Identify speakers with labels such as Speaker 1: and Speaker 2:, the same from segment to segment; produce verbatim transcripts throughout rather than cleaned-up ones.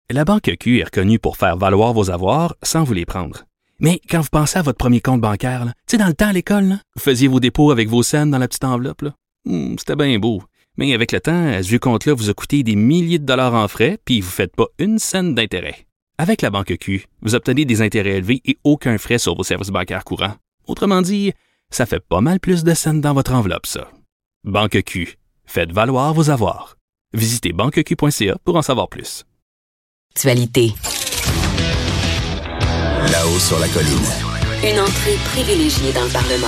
Speaker 1: La Banque Q est reconnue pour faire valoir vos avoirs sans vous les prendre. Mais quand vous pensez à votre premier compte bancaire, tu sais, dans le temps à l'école, là, vous faisiez vos dépôts avec vos scènes dans la petite enveloppe. Là. Hum, c'était bien beau. Mais avec le temps, ce vieux compte-là vous a coûté des milliers de dollars en frais, puis vous ne faites pas une scène d'intérêt. Avec la Banque Q, vous obtenez des intérêts élevés et aucun frais sur vos services bancaires courants. Autrement dit, ça fait pas mal plus de scènes dans votre enveloppe, ça. Banque Q. Faites valoir vos avoirs. Visitez banque q point c a pour en savoir plus.
Speaker 2: Actualité.
Speaker 3: Là-haut sur la colline.
Speaker 2: Une entrée privilégiée dans le Parlement.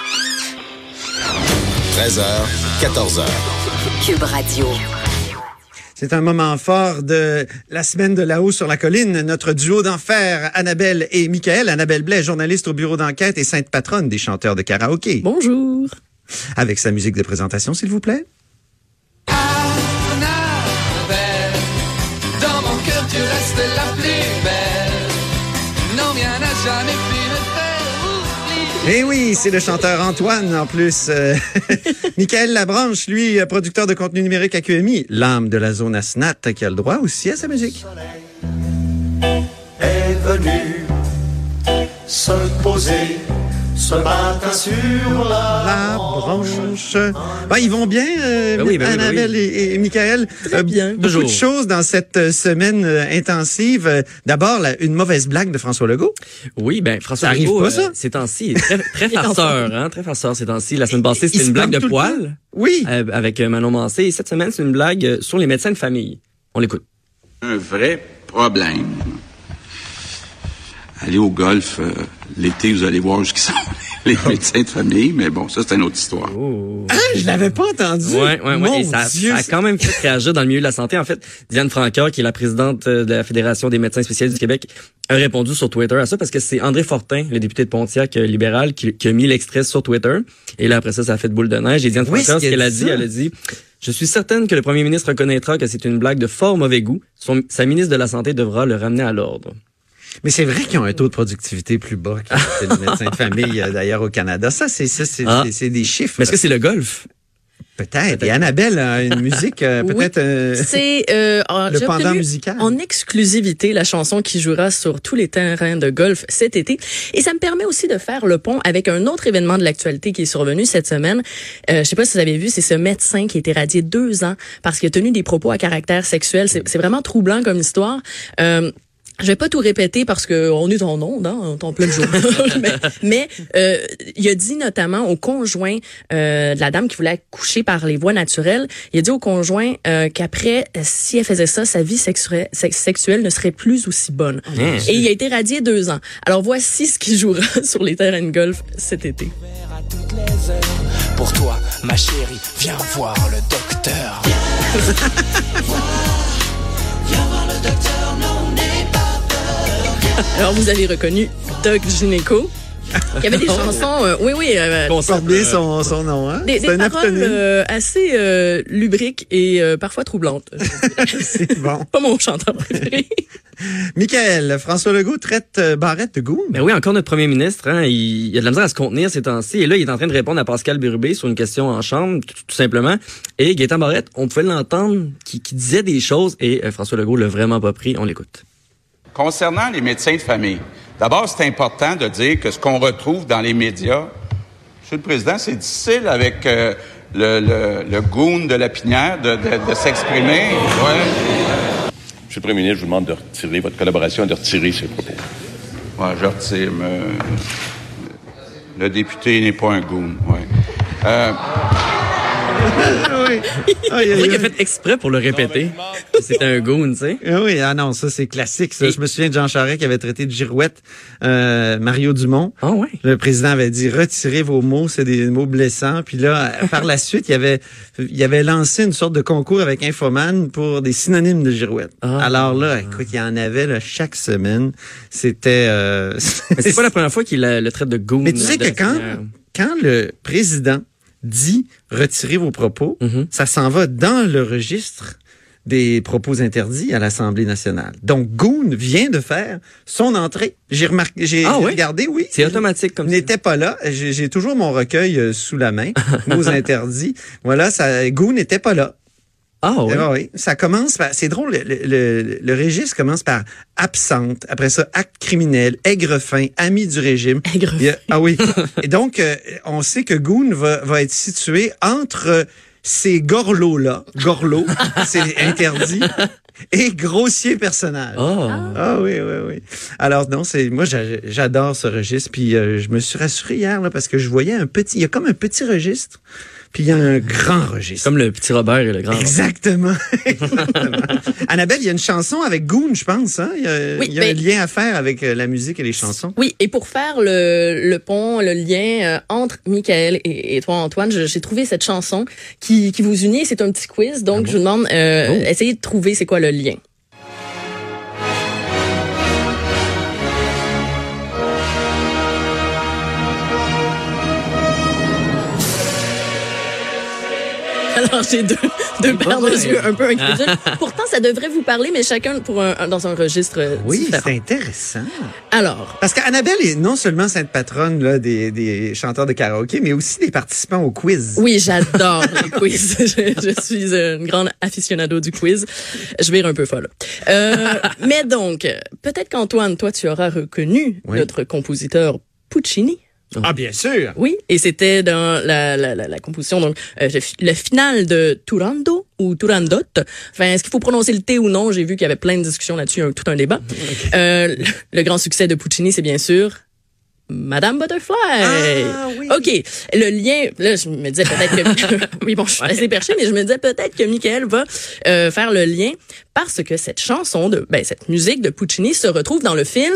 Speaker 3: treize heures, quatorze heures.
Speaker 2: Cube Radio.
Speaker 4: C'est un moment fort de la semaine de Là-haut sur la colline. Notre duo d'enfer, Annabelle et Michael. Annabelle Blais, journaliste au bureau d'enquête et sainte patronne des chanteurs de karaoké.
Speaker 5: Bonjour.
Speaker 4: Avec sa musique de présentation, s'il vous plaît.
Speaker 6: Annabelle, dans mon cœur tu restes la plus belle. Non, rien n'a jamais pu me faire oublier.
Speaker 4: Eh oui, c'est le chanteur Antoine, en plus. Euh, Michael Labranche, lui, producteur de contenu numérique à Q M I, l'âme de la zone à Snat, qui a le droit aussi à sa musique.
Speaker 7: Est venu se poser ce matin sur la,
Speaker 4: La branche. Ben, ils vont bien, euh,
Speaker 5: ben oui, ben
Speaker 4: Annabelle
Speaker 5: oui, ben oui.
Speaker 4: et, et Michael.
Speaker 5: Très bien.
Speaker 4: Beaucoup
Speaker 5: Bonjour.
Speaker 4: de choses dans cette euh, semaine euh, intensive. Euh, D'abord, la- une mauvaise blague de François Legault.
Speaker 5: Oui, ben François
Speaker 4: Ça arrive
Speaker 5: Legault,
Speaker 4: pas,
Speaker 5: euh,
Speaker 4: ça?
Speaker 5: ces temps-ci, est très, très farceur, hein, très farceur ces temps-ci. La semaine passée,
Speaker 4: Il
Speaker 5: c'était
Speaker 4: se
Speaker 5: une blague
Speaker 4: plante
Speaker 5: de
Speaker 4: tout le
Speaker 5: poil
Speaker 4: Oui.
Speaker 5: euh, avec euh, Manon Mancé. Et cette semaine, c'est une blague euh, sur les médecins de famille. On l'écoute.
Speaker 8: Un vrai problème. Allez au golf, euh, l'été, vous allez voir jusqu'ils sont les médecins de famille, mais bon, ça, c'est une autre histoire.
Speaker 5: Oh.
Speaker 4: Ah, je l'avais pas entendu.
Speaker 5: Ouais, ouais,
Speaker 4: Mon
Speaker 5: ouais. Et ça,
Speaker 4: Dieu,
Speaker 5: ça a quand même fait réagir dans le milieu de la santé. En fait, Diane Francaire, qui est la présidente de la Fédération des médecins spécialistes du Québec, a répondu sur Twitter à ça parce que c'est André Fortin, le député de Pontiac euh, libéral, qui, qui a mis l'extrait sur Twitter. Et là, après ça, ça a fait de boule de neige. Et Diane
Speaker 4: Oui,
Speaker 5: Francaire,
Speaker 4: ce
Speaker 5: ce qu'elle a
Speaker 4: dit
Speaker 5: dit,
Speaker 4: ça.
Speaker 5: elle a dit... Je suis certaine que le premier ministre reconnaîtra que c'est une blague de fort mauvais goût. Son, sa ministre de la Santé devra le ramener à l'ordre.
Speaker 4: Mais c'est vrai qu'ils ont un taux de productivité plus bas que les médecins de famille, euh, d'ailleurs, au Canada. Ça, c'est ça, c'est
Speaker 5: Ah.
Speaker 4: c'est- c'est des chiffres.
Speaker 5: Mais est-ce que c'est le golf?
Speaker 4: Peut-être. Et Annabelle a une musique, euh,
Speaker 9: Oui,
Speaker 4: peut-être euh,
Speaker 9: C'est euh, en-
Speaker 4: le
Speaker 9: j'ai
Speaker 4: pendant
Speaker 9: obtenu
Speaker 4: musical.
Speaker 9: en exclusivité la chanson qui jouera sur tous les terrains de golf cet été. Et ça me permet aussi de faire le pont avec un autre événement de l'actualité qui est survenu cette semaine. Euh, je sais pas si vous avez vu, c'est ce médecin qui a été radié deux ans parce qu'il a tenu des propos à caractère sexuel. C'est, c'est vraiment troublant comme histoire. Euh, Je vais pas tout répéter parce que on est en onde, hein, on est en plein jour. mais mais euh, il a dit notamment au conjoint euh, de la dame qui voulait accoucher par les voies naturelles, il a dit au conjoint euh, qu'après, si elle faisait ça, sa vie sexuelle, sexuelle ne serait plus aussi bonne.
Speaker 5: Mmh.
Speaker 9: Et il a été radié deux ans. Alors voici ce qui jouera sur les terrains de golf cet été.
Speaker 6: À toutes les heures. Pour toi, ma chérie, viens voir le docteur. Viens voir le docteur, non, n'aie pas peur.
Speaker 9: Alors vous avez reconnu Doc Gynéco. Il y avait des chansons, euh, oui, oui. Euh,
Speaker 5: Bon,
Speaker 4: porte bien son, son nom, hein?
Speaker 9: Des,
Speaker 4: C'est
Speaker 9: des
Speaker 4: un
Speaker 9: paroles
Speaker 4: acronyme.
Speaker 9: euh, assez euh, lubriques et euh, parfois troublantes.
Speaker 4: C'est bon.
Speaker 9: Pas mon chanteur préféré.
Speaker 4: Michael, François Legault traite euh, Barrette de goût.
Speaker 5: Ben oui, encore notre premier ministre, hein, il, il a de la misère à se contenir ces temps-ci. Et là, il est en train de répondre à Pascal Bérubé sur une question en chambre, tout, tout simplement. Et Gaétan Barrette, on pouvait l'entendre, qui, qui disait des choses, et euh, François Legault l'a vraiment pas pris. On l'écoute.
Speaker 8: Concernant les médecins de famille, d'abord, c'est important de dire que ce qu'on retrouve dans les médias, Monsieur le Président, c'est difficile avec euh, le, le, le goon de la pinière de, de, de s'exprimer. Ouais.
Speaker 10: Monsieur le Premier ministre, je vous demande de retirer votre collaboration et de retirer ces propos.
Speaker 8: Ouais, je retire. mais le député n'est pas un goon. Ouais. Euh,
Speaker 4: oui.
Speaker 5: On dirait qu'il a fait exprès pour le répéter. que C'était un goon, tu sais.
Speaker 4: Ah oui, ah non, ça c'est classique. Ça.
Speaker 5: Et-
Speaker 4: Je me souviens de Jean Charest qui avait traité de girouette euh, Mario Dumont.
Speaker 5: Ah ouais.
Speaker 4: Le président avait dit retirez vos mots, c'est des mots blessants. Puis là, par la suite, il avait il avait lancé une sorte de concours avec Infoman pour des synonymes de girouette.
Speaker 5: Ah.
Speaker 4: Alors là, écoute, il y en avait là, chaque semaine. C'était. Euh,
Speaker 5: Mais c'est pas la première fois qu'il la- le traite de goon.
Speaker 4: Mais tu sais
Speaker 5: de
Speaker 4: que
Speaker 5: la
Speaker 4: quand
Speaker 5: manière.
Speaker 4: quand le président dit retirez vos propos,
Speaker 5: Mhm.
Speaker 4: ça s'en va dans le registre des propos interdits à l'Assemblée nationale. Donc, Goon vient de faire son entrée. J'ai remarqué, j'ai
Speaker 5: Ah
Speaker 4: j'ai
Speaker 5: oui?
Speaker 4: regardé, oui.
Speaker 5: C'est automatique comme
Speaker 4: Il
Speaker 5: ça.
Speaker 4: n'était pas là. J'ai j'ai toujours mon recueil euh, sous la main, mots interdits. Voilà, ça, Goon n'était pas là.
Speaker 5: Ah oui.
Speaker 4: Ah oui, ça commence par, c'est drôle, le, le, le registre commence par absente, après ça acte criminel, aigrefin, ami du régime.
Speaker 9: Aigrefin.
Speaker 4: Ah oui. Et donc, euh, on sait que Goon va, va être situé entre ces gorlots-là, gorlots, c'est interdit, et grossier personnage.
Speaker 5: Oh.
Speaker 4: Ah oui, oui, oui. Alors non, c'est moi j'a- j'adore ce registre, puis euh, je me suis rassuré hier là, parce que je voyais un petit, il y a comme un petit registre. Puis il y a un grand registre.
Speaker 5: Comme le petit Robert et le grand
Speaker 4: Exactement. Exactement. Annabelle, il y a une chanson avec Goon, je pense. Hein? Il y a,
Speaker 9: Oui,
Speaker 4: il y a
Speaker 9: ben-
Speaker 4: un lien à faire avec euh, la musique et les chansons.
Speaker 9: Oui, et pour faire le, le pont, le lien euh, entre Michael et, et toi, Antoine, je- j'ai trouvé cette chanson qui, qui vous unit. C'est un petit quiz, donc je vous demande, euh,
Speaker 5: Oh.
Speaker 9: essayez de trouver c'est quoi le lien. Alors, j'ai deux, deux paires de yeux un peu inclusifs. Pourtant, ça devrait vous parler, mais chacun pour un, un- dans un registre euh,
Speaker 4: Oui,
Speaker 9: différent.
Speaker 4: c'est intéressant.
Speaker 9: Alors,
Speaker 4: Parce qu'Annabelle est non seulement sainte patronne là, des, des chanteurs de karaoké, mais aussi des participants au quiz.
Speaker 9: oui, j'adore les quiz. Je, je suis une grande aficionado du quiz. Je vais rire un peu folle. Euh, mais donc, peut-être qu'Antoine, toi, tu auras reconnu
Speaker 4: Oui.
Speaker 9: notre compositeur Puccini.
Speaker 4: Ah, bien sûr.
Speaker 9: Oui, et c'était dans la, la, la, la composition, donc euh, le, fi- le final de Turando ou Turandot. Enfin, est-ce qu'il faut prononcer le T ou non? J'ai vu qu'il y avait plein de discussions là-dessus, un- tout un débat. Euh, le, le grand succès de Puccini, c'est bien sûr Madame Butterfly.
Speaker 4: Ah, oui.
Speaker 9: OK. Le lien, là, je me disais peut-être que... oui, bon, je suis assez perché, mais je me disais peut-être que Michael va euh, faire le lien parce que cette chanson, de, ben, cette musique de Puccini se retrouve dans le film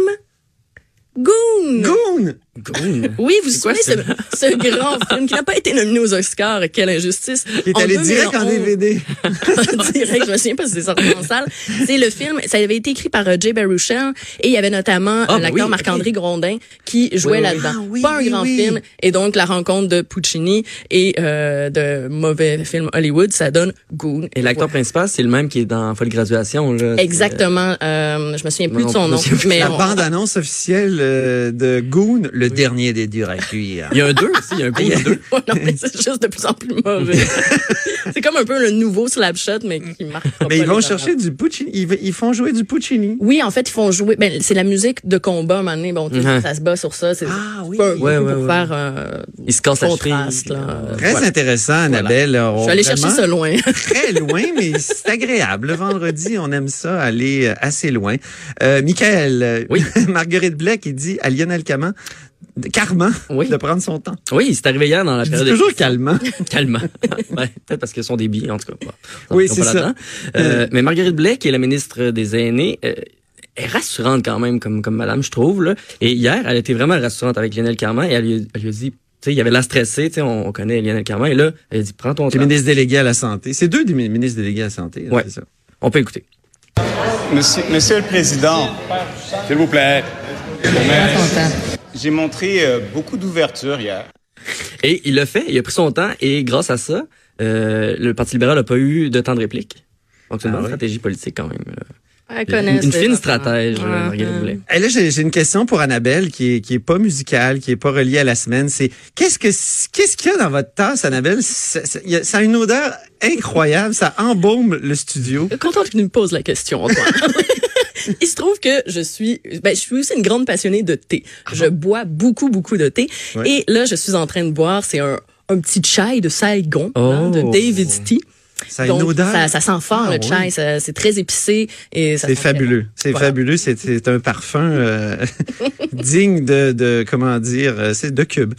Speaker 9: Goon.
Speaker 4: Goon!
Speaker 5: Goon.
Speaker 9: Oui, vous vous
Speaker 5: C'est quoi,
Speaker 9: souvenez ce, ce grand film qui n'a pas été nominé aux Oscars, quelle injustice.
Speaker 4: Qui est
Speaker 9: En
Speaker 4: allé
Speaker 9: deux
Speaker 4: direct
Speaker 9: mille onze.
Speaker 4: en D V D.
Speaker 9: Direct, je me souviens pas si c'est sorti en salle. C'est le film, ça avait été écrit par euh, Jay Baruchel et il y avait notamment
Speaker 5: Ah,
Speaker 9: euh,
Speaker 5: ben
Speaker 9: l'acteur
Speaker 5: oui,
Speaker 9: Marc-André
Speaker 5: ok.
Speaker 9: Grondin qui jouait
Speaker 5: Oui, oui,
Speaker 9: là-dedans.
Speaker 4: oui. Ah, oui,
Speaker 9: pas un
Speaker 4: oui,
Speaker 9: grand
Speaker 4: oui.
Speaker 9: film et donc la rencontre de Puccini et euh, de mauvais films Hollywood, ça donne Goon.
Speaker 5: Et l'acteur principal, c'est le même qui est dans Folle Graduation. Là.
Speaker 9: Exactement. Euh, je me souviens plus
Speaker 5: Non,
Speaker 9: de son
Speaker 5: je me
Speaker 9: nom,
Speaker 5: souviens plus.
Speaker 9: mais
Speaker 4: La
Speaker 9: on-
Speaker 4: bande-annonce officielle euh, de Goon, le dernier des durs à cuire.
Speaker 5: Il y a un deux aussi, il y a un Goon deux.
Speaker 9: Ouais, non, mais c'est juste de plus en plus mauvais. C'est comme un peu le nouveau Slapshot, mais qui marque pas.
Speaker 4: Mais ils
Speaker 9: les
Speaker 4: vont
Speaker 9: parents.
Speaker 4: chercher du Puccini. Ils, ils font jouer du Puccini.
Speaker 9: Oui, en fait, ils font jouer. Ben, c'est la musique de combat, à un moment donné. Bon, tu sais,
Speaker 5: Mhm.
Speaker 9: ça se bat sur ça. C'est
Speaker 4: Ah, oui.
Speaker 9: pas un
Speaker 5: Ouais,
Speaker 9: peu
Speaker 5: ouais,
Speaker 9: pour
Speaker 5: ouais.
Speaker 9: faire euh,
Speaker 5: Il se casse la
Speaker 9: contraste.
Speaker 5: cheville.
Speaker 9: Là.
Speaker 4: Très
Speaker 9: Voilà.
Speaker 4: intéressant, Annabelle. On-
Speaker 9: Je suis allée
Speaker 4: vraiment
Speaker 9: chercher ça loin.
Speaker 4: Très loin, mais c'est agréable. Le vendredi, on aime ça, aller euh, assez loin. Euh, Michael, euh,
Speaker 5: Oui.
Speaker 4: Marguerite Blais qui dit à Lionel Caman, Carman,
Speaker 5: Oui.
Speaker 4: de prendre son temps.
Speaker 5: Oui, c'est arrivé hier dans la
Speaker 4: Je dis
Speaker 5: période.
Speaker 4: toujours
Speaker 5: de-
Speaker 4: calmant.
Speaker 5: Calmement. Ouais, peut-être parce qu'ils sont des billes, en tout cas. Bon, on
Speaker 4: Oui,
Speaker 5: rentre
Speaker 4: c'est
Speaker 5: pas
Speaker 4: ça.
Speaker 5: là-dedans. Euh, mais Marguerite Blais, qui est la ministre des Aînés, euh, est rassurante quand même, comme, comme madame, je trouve. Là. Et hier, elle était vraiment rassurante avec Lionel Carman et elle lui, elle lui a dit, tu sais, il y avait la stressé, tu sais, on, on connaît Lionel Carman. Et là, elle a dit, prends ton
Speaker 4: C'est
Speaker 5: temps.
Speaker 4: ministre délégué à la santé. C'est deux des mi- ministres délégués à la santé. là,
Speaker 5: Ouais.
Speaker 4: c'est ça.
Speaker 5: On peut écouter.
Speaker 11: Monsieur, Monsieur le Président,
Speaker 10: S'il vous plaît.
Speaker 11: j'ai montré euh, beaucoup d'ouverture hier.
Speaker 5: Et il l'a fait, il a pris son temps et grâce à ça, euh, le Parti libéral n'a pas eu de temps de réplique. Donc c'est une
Speaker 4: Ah
Speaker 5: bonne
Speaker 4: oui.
Speaker 5: stratégie politique quand même. là.
Speaker 9: Elle
Speaker 5: Une,
Speaker 9: connaît,
Speaker 5: une
Speaker 9: c'est-
Speaker 5: fine stratège,
Speaker 9: Ouais.
Speaker 5: euh, Marguerite Blais.
Speaker 4: Et là, j'ai j'ai une question pour Annabelle qui est, qui est pas musicale, qui est pas reliée à la semaine. C'est qu'est-ce que qu'est-ce qu'il y a dans votre tasse, Annabelle? Ça, ça, il y a- ça a une odeur incroyable. Ça embaume le studio.
Speaker 9: Contente que tu me poses la question, Antoine. Il se trouve que je suis, ben, je suis aussi une grande passionnée de thé. Je bois beaucoup, beaucoup de thé.
Speaker 4: Ouais.
Speaker 9: Et là, je suis en train de boire, c'est un, un petit chai de Saigon,
Speaker 5: Oh.
Speaker 9: hein, de David Tea.
Speaker 4: Ça a
Speaker 9: Donc,
Speaker 4: une odeur.
Speaker 9: ça, ça sent fort,
Speaker 4: Ah,
Speaker 9: le chai.
Speaker 4: oui.
Speaker 9: Ça- C'est très épicé. et ça
Speaker 4: C'est
Speaker 9: sent très
Speaker 4: fabuleux.
Speaker 9: bon.
Speaker 4: C'est
Speaker 9: Voilà.
Speaker 4: fabuleux. C'est c'est un parfum euh, digne de, de, comment dire, euh, c'est de Cube.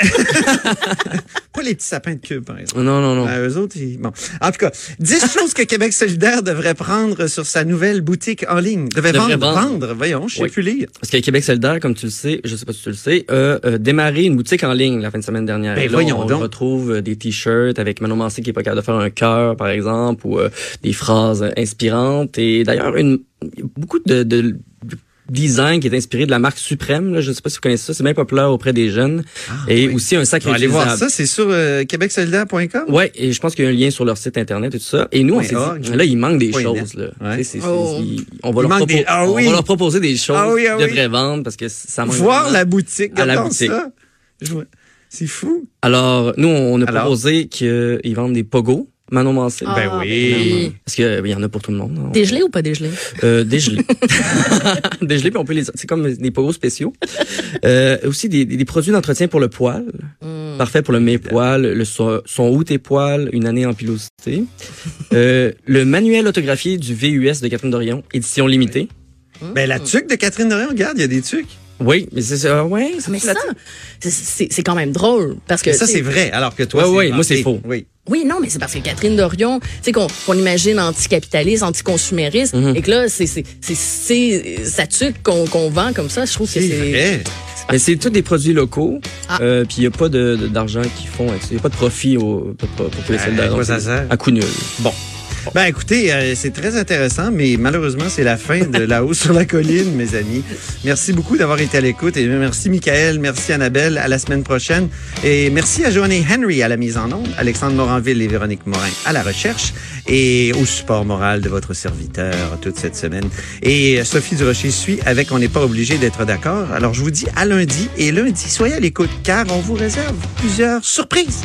Speaker 4: Pas les petits sapins de Cube, par exemple.
Speaker 5: Non, non, non.
Speaker 4: Euh, eux autres, ils- bon. En tout cas, dix choses que Québec solidaire devrait prendre sur sa nouvelle boutique en ligne. Devrait,
Speaker 5: Devrait
Speaker 4: vendre,
Speaker 5: vendre.
Speaker 4: vendre. Voyons, je sais
Speaker 5: Oui.
Speaker 4: plus lire.
Speaker 5: Parce que Québec solidaire, comme tu le sais, je sais pas si tu le sais, a euh, démarré une boutique en ligne la fin de semaine dernière.
Speaker 4: Ben
Speaker 5: Et là,
Speaker 4: voyons
Speaker 5: on
Speaker 4: donc.
Speaker 5: retrouve euh, des t-shirts avec Manon Mancé qui est pas capable de faire un cœur, par exemple, ou euh, des phrases euh, inspirantes. Et d'ailleurs, une beaucoup de, de, de design qui est inspiré de la marque Suprême. Là, je sais pas si vous connaissez ça, c'est bien populaire auprès des jeunes. et
Speaker 4: oui.
Speaker 5: aussi un sac
Speaker 4: On va aller voir
Speaker 5: réutilisable.
Speaker 4: ça. C'est sur euh, québec solidaire point com.
Speaker 5: Ouais, et je pense qu'il y a un lien sur leur site internet et tout ça. Et nous, on
Speaker 4: Point
Speaker 5: s'est
Speaker 4: org.
Speaker 5: dit, là, il manque des
Speaker 4: Point
Speaker 5: choses.
Speaker 4: net.
Speaker 5: Là.
Speaker 4: Ouais.
Speaker 5: Tu sais, c'est- c'est-
Speaker 9: Oh.
Speaker 5: c'est- on va
Speaker 4: Il
Speaker 5: leur
Speaker 4: manque des-
Speaker 5: propo-
Speaker 4: ah
Speaker 5: on
Speaker 4: oui.
Speaker 5: va leur proposer des choses
Speaker 4: Ah oui, ah
Speaker 5: qu'ils
Speaker 4: oui.
Speaker 5: devraient vendre parce que ça manque
Speaker 4: Voir
Speaker 5: vraiment.
Speaker 4: la boutique.
Speaker 5: À la
Speaker 4: Regarde
Speaker 5: boutique.
Speaker 4: ça. Je vois. C'est fou.
Speaker 5: Alors, nous, on a
Speaker 4: Alors?
Speaker 5: proposé qu'ils vendent des pogos. Manon Mancé.
Speaker 9: Ah,
Speaker 4: Ben oui.
Speaker 5: Parce que il y en a pour tout le monde. Hein.
Speaker 9: Dégelé ou pas dégelé?
Speaker 5: Euh, dégelé. dégelé, puis on peut les... C'est comme des poros spéciaux. Euh, aussi des, des produits d'entretien pour le poil. Mm. Parfait pour le mes-poils, le son, son ou tes poils, une année en pilosité. euh, le manuel autographié du V U S de Catherine Dorion, édition limitée.
Speaker 4: Ben la tuque de Catherine Dorion, regarde, il y a des tuques.
Speaker 5: Oui, mais c'est ça, ouais.
Speaker 9: Mais ça, c'est, c'est quand même drôle. Parce que.
Speaker 4: Mais ça, c'est vrai, alors que toi,
Speaker 5: ouais,
Speaker 4: c'est
Speaker 5: ouais, moi, c'est faux.
Speaker 4: Oui.
Speaker 9: Oui, non, mais c'est parce que Catherine Dorion, tu sais, qu'on, qu'on imagine anticapitaliste, anticonsumériste, mm-hmm. et que là, c'est, c'est, c'est, c'est sa tuque qu'on, qu'on vend comme ça. Je trouve
Speaker 4: c'est
Speaker 9: que c'est.
Speaker 4: Vrai.
Speaker 5: Mais c'est tous des produits locaux,
Speaker 9: ah.
Speaker 5: euh, puis il y a pas de, de d'argent qu'ils font avec ça. Il y a pas de profit au, pour, pour, pour les soldats.
Speaker 4: À quoi ça sert?
Speaker 5: À coup nul. Bon.
Speaker 4: Ben écoutez, euh, c'est très intéressant, mais malheureusement, c'est la fin de là-haut sur la colline, mes amis. Merci beaucoup d'avoir été à l'écoute et merci Michael, merci Annabelle, à la semaine prochaine. Et merci à Joanie Henry à la mise en onde, Alexandre Moranville et Véronique Morin à la recherche et au support moral de votre serviteur toute cette semaine. Et Sophie Durocher suit avec On n'est pas obligé d'être d'accord. Alors je vous dis à lundi et lundi, soyez à l'écoute car on vous réserve plusieurs surprises.